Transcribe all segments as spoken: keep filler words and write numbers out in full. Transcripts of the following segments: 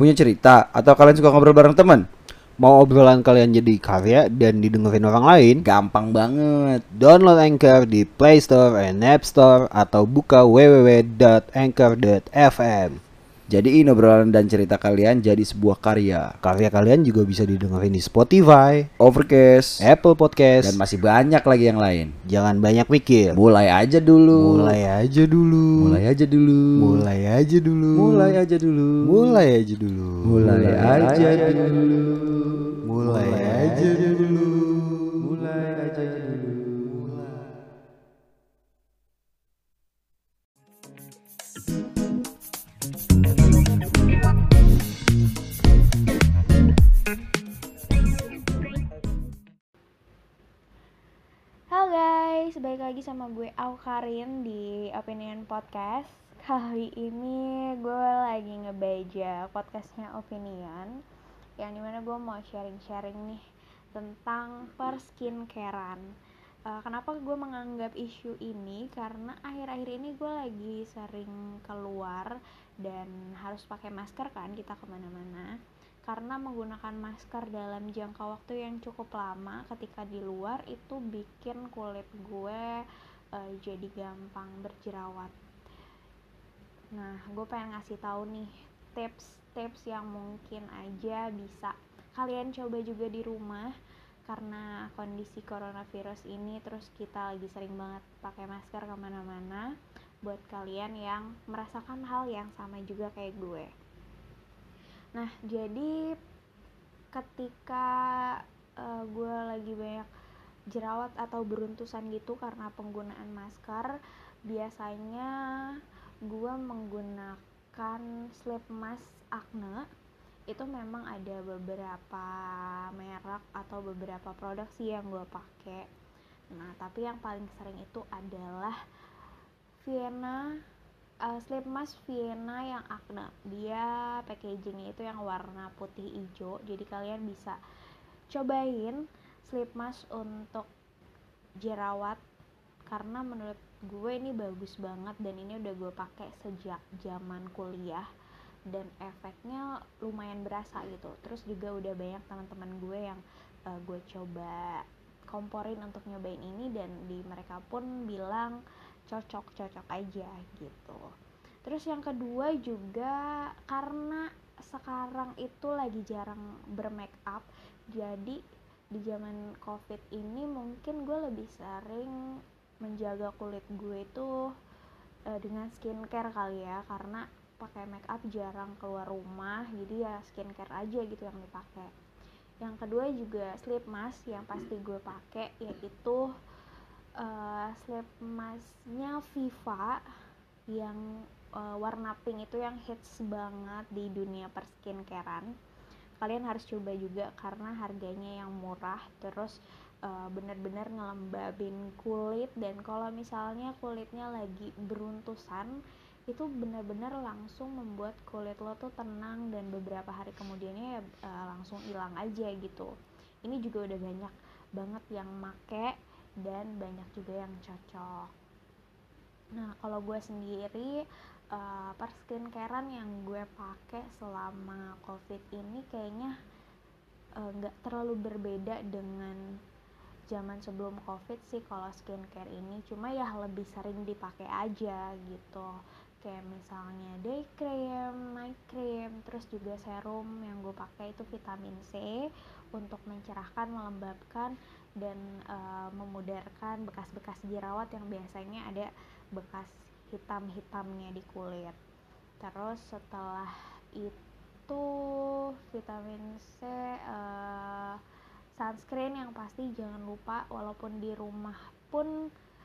Punya cerita atau kalian suka ngobrol bareng teman? Mau obrolan kalian jadi karya dan didengerin orang lain? Gampang banget. Download Anchor di Play Store and App Store atau buka w w w dot anchor dot f m. Jadiin obrolan dan cerita kalian jadi sebuah karya. Karya kalian juga bisa didengerin di Spotify, Overcast, Apple Podcast, dan masih banyak lagi yang lain. Jangan banyak mikir. Mulai aja dulu. Mulai aja dulu. Mulai aja dulu. Mulai aja dulu. Mulai aja dulu. Mulai aja dulu. Mulai aja dulu. Mulai aja dulu. Mulai aja dulu. Halo guys, balik lagi sama gue Aukarin di Opinion Podcast. Kali ini gue lagi ngebaca podcastnya Opinion, yang dimana gue mau sharing-sharing nih tentang perskincarean. uh, Kenapa gue menganggap isu ini? Karena akhir-akhir ini gue lagi sering keluar dan harus pakai masker kan kita kemana-mana. Karena menggunakan masker dalam jangka waktu yang cukup lama ketika di luar itu bikin kulit gue uh, jadi gampang berjerawat. Nah, gue pengen ngasih tahu nih tips-tips yang mungkin aja bisa kalian coba juga di rumah, karena kondisi coronavirus ini terus kita lagi sering banget pakai masker kemana-mana. Buat kalian yang merasakan hal yang sama juga kayak gue. Nah, jadi ketika uh, gue lagi banyak jerawat atau beruntusan gitu karena penggunaan masker, biasanya gue menggunakan sleep mask Acne. Itu memang ada beberapa merek atau beberapa produk sih yang gue pakai. Nah, tapi yang paling sering itu adalah Vienna Uh, sleep mask Vienna yang Acne. Dia packagingnya itu yang warna putih hijau. Jadi kalian bisa cobain sleep mask untuk jerawat, karena menurut gue ini bagus banget dan ini udah gue pakai sejak zaman kuliah dan efeknya lumayan berasa gitu. Terus juga udah banyak teman-teman gue yang uh, gue coba komporin untuk nyobain ini dan di mereka pun bilang cocok-cocok aja gitu. Terus yang kedua juga karena sekarang itu lagi jarang bermake up, jadi di zaman covid ini mungkin gue lebih sering menjaga kulit gue itu uh, dengan skincare kali ya, karena pakai make up jarang keluar rumah, jadi ya skincare aja gitu yang dipakai. Yang kedua juga sleep mask yang pasti gue pakai, yaitu Uh, sleep masknya Viva yang uh, warna pink itu yang hits banget di dunia perskincarean. Kalian harus coba juga karena harganya yang murah, terus uh, bener-bener ngelembabin kulit, dan kalau misalnya kulitnya lagi beruntusan itu bener-bener langsung membuat kulit lo tuh tenang dan beberapa hari kemudiannya ya uh, langsung hilang aja gitu. Ini juga udah banyak banget yang make dan banyak juga yang cocok. Nah, kalau gue sendiri uh, perskincarean yang gue pakai selama covid ini kayaknya nggak uh, terlalu berbeda dengan zaman sebelum covid sih kalau skincare ini, cuma ya lebih sering dipakai aja gitu. Kayak misalnya day cream, night cream, terus juga serum yang gue pakai itu vitamin C untuk mencerahkan, melembabkan, dan uh, memudarkan bekas-bekas jerawat yang biasanya ada bekas hitam-hitamnya di kulit. Terus setelah itu vitamin C, uh, sunscreen yang pasti jangan lupa, walaupun di rumah pun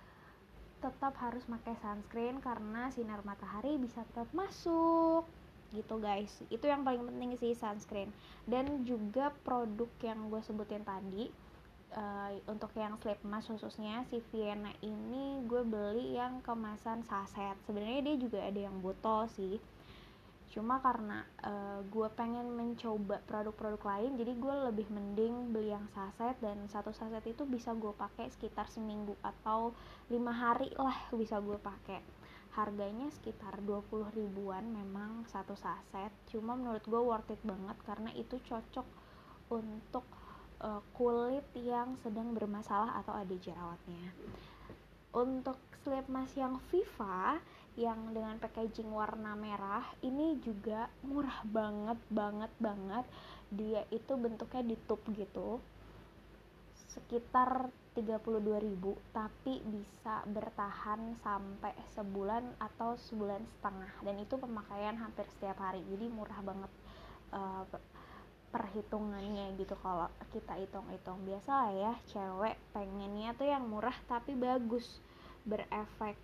tetap harus pakai sunscreen karena sinar matahari bisa tetap masuk gitu guys. Itu yang paling penting sih, sunscreen. Dan juga produk yang gue sebutin tadi, Uh, untuk yang sleep mask khususnya si Vienna ini gue beli yang kemasan saset. Sebenarnya dia juga ada yang botol sih, cuma karena uh, gue pengen mencoba produk-produk lain, jadi gue lebih mending beli yang saset, dan satu saset itu bisa gue pakai sekitar seminggu atau lima hari lah bisa gue pakai. harganya sekitar dua puluh ribuan memang satu saset, cuma menurut gue worth it banget karena itu cocok untuk uh, kulit yang sedang bermasalah atau ada jerawatnya. Untuk sleep mask yang Viva yang dengan packaging warna merah ini juga murah banget banget banget. Dia itu bentuknya di tube gitu, sekitar tiga puluh dua ribu, tapi bisa bertahan sampai sebulan atau sebulan setengah, dan itu pemakaian hampir setiap hari, jadi murah banget uh, perhitungannya gitu. Kalau kita hitung-hitung biasa lah ya, cewek pengennya tuh yang murah tapi bagus, berefek.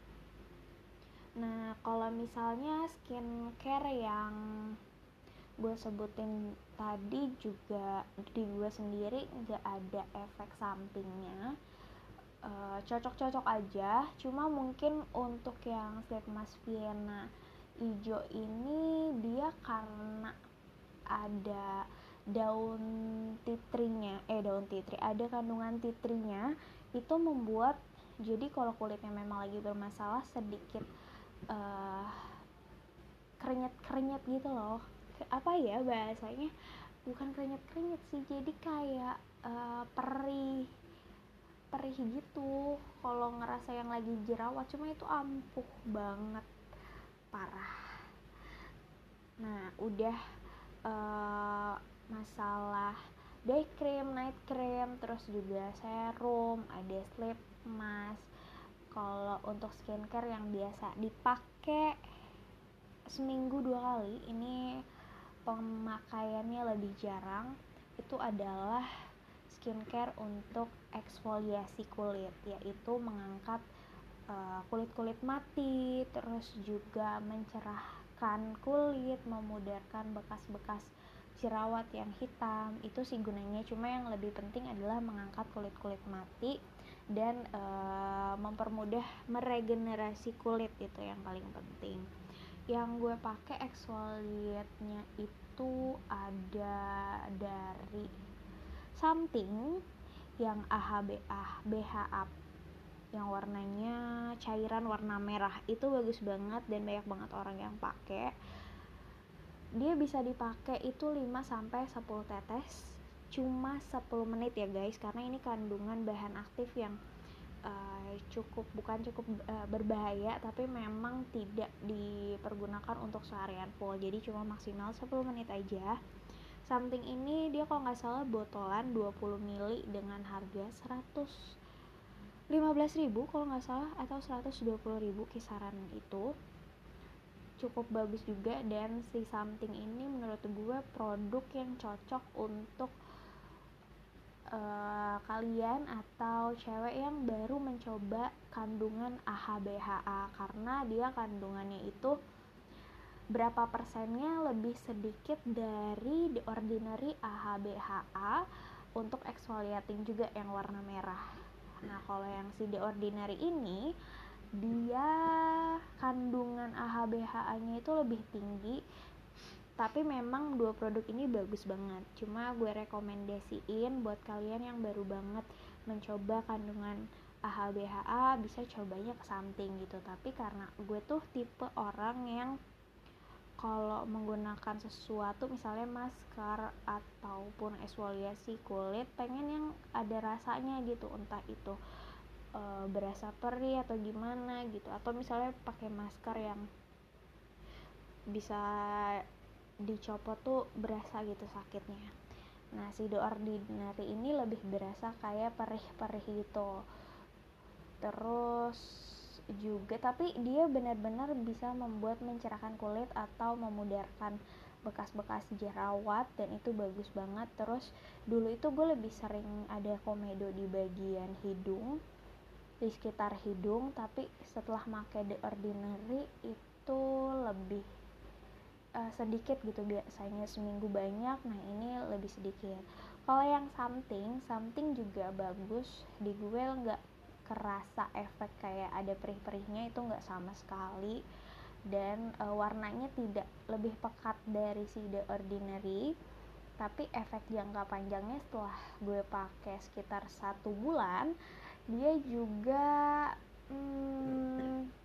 Nah kalau misalnya skincare yang gue sebutin tadi juga di gue sendiri nggak ada efek sampingnya, uh, cocok-cocok aja. Cuma mungkin untuk yang sleep mask Vienna hijau ini dia karena ada daun titrinya, eh daun titri, ada kandungan titrinya, itu membuat jadi kalau kulitnya memang lagi bermasalah sedikit uh, krenyet-krenyet gitu loh, apa ya bahasanya, bukan krenyet-krenyet sih, jadi kayak uh, perih perih gitu kalau ngerasa yang lagi jerawat, cuma itu ampuh banget, parah. Nah udah uh, masalah day cream, night cream, terus juga serum, ada sleep mask. Kalau untuk skincare yang biasa dipakai seminggu dua kali, ini pemakaiannya lebih jarang, itu adalah skincare untuk eksfoliasi kulit, yaitu mengangkat uh, kulit-kulit mati, terus juga mencerahkan kulit, memudarkan bekas-bekas jerawat yang hitam. Itu sih gunanya, cuma yang lebih penting adalah mengangkat kulit-kulit mati dan uh, mempermudah meregenerasi kulit, itu yang paling penting. Yang gue pakai exfoliate-nya itu ada dari Something yang A H B A B H A yang warnanya cairan warna merah, itu bagus banget dan banyak banget orang yang pakai. Dia bisa dipakai itu lima sampai sepuluh tetes, cuma sepuluh menit ya guys, karena ini kandungan bahan aktif yang Uh, cukup bukan cukup uh, berbahaya, tapi memang tidak dipergunakan untuk seharian full, jadi cuma maksimal sepuluh menit aja. Something ini dia kalau nggak salah botolan dua puluh mililiter dengan harga seratus lima belas ribu kalau nggak salah, atau seratus dua puluh ribu kisaran itu. Cukup bagus juga, dan si Something ini menurut gue produk yang cocok untuk Uh, kalian atau cewek yang baru mencoba kandungan A H B H A, karena dia kandungannya itu berapa persennya lebih sedikit dari The Ordinary A H B H A untuk exfoliating juga yang warna merah. Nah kalau yang si The Ordinary ini dia kandungan A H B H A-nya itu lebih tinggi, tapi memang dua produk ini bagus banget. Cuma gue rekomendasiin buat kalian yang baru banget mencoba kandungan A H B H A, bisa cobanya ke Something gitu. Tapi karena gue tuh tipe orang yang kalau menggunakan sesuatu misalnya masker ataupun eksfoliasi kulit, pengen yang ada rasanya gitu, entah itu e, berasa perih atau gimana gitu, atau misalnya pakai masker yang bisa dicopot tuh berasa gitu sakitnya. Nah si The Ordinary ini lebih berasa kayak perih-perih gitu. Terus juga tapi dia benar-benar bisa membuat mencerahkan kulit atau memudarkan bekas-bekas jerawat, dan itu bagus banget. Terus dulu itu gue lebih sering ada komedo di bagian hidung, di sekitar hidung, tapi setelah pakai The Ordinary itu lebih Uh, sedikit gitu, biasanya seminggu banyak, nah ini lebih sedikit. Kalau yang something something juga bagus, di gue nggak kerasa efek kayak ada perih-perihnya, itu nggak sama sekali, dan uh, warnanya tidak lebih pekat dari si The Ordinary. Tapi efek jangka panjangnya setelah gue pakai sekitar satu bulan, dia juga hmm,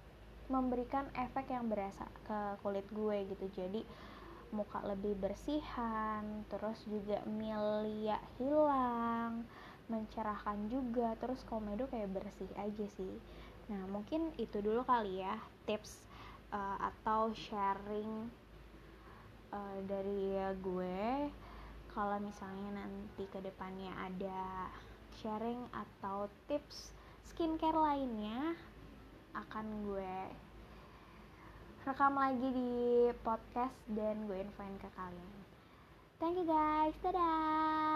memberikan efek yang berasa ke kulit gue gitu. Jadi muka lebih bersihan, terus juga milia hilang, mencerahkan juga, terus komedo kayak bersih aja sih. Nah mungkin itu dulu kali ya tips uh, atau sharing uh, dari gue. Kalau misalnya nanti kedepannya ada sharing atau tips skincare lainnya, akan gue rekam lagi di podcast dan gue infoin ke kalian. Thank you guys, dadah.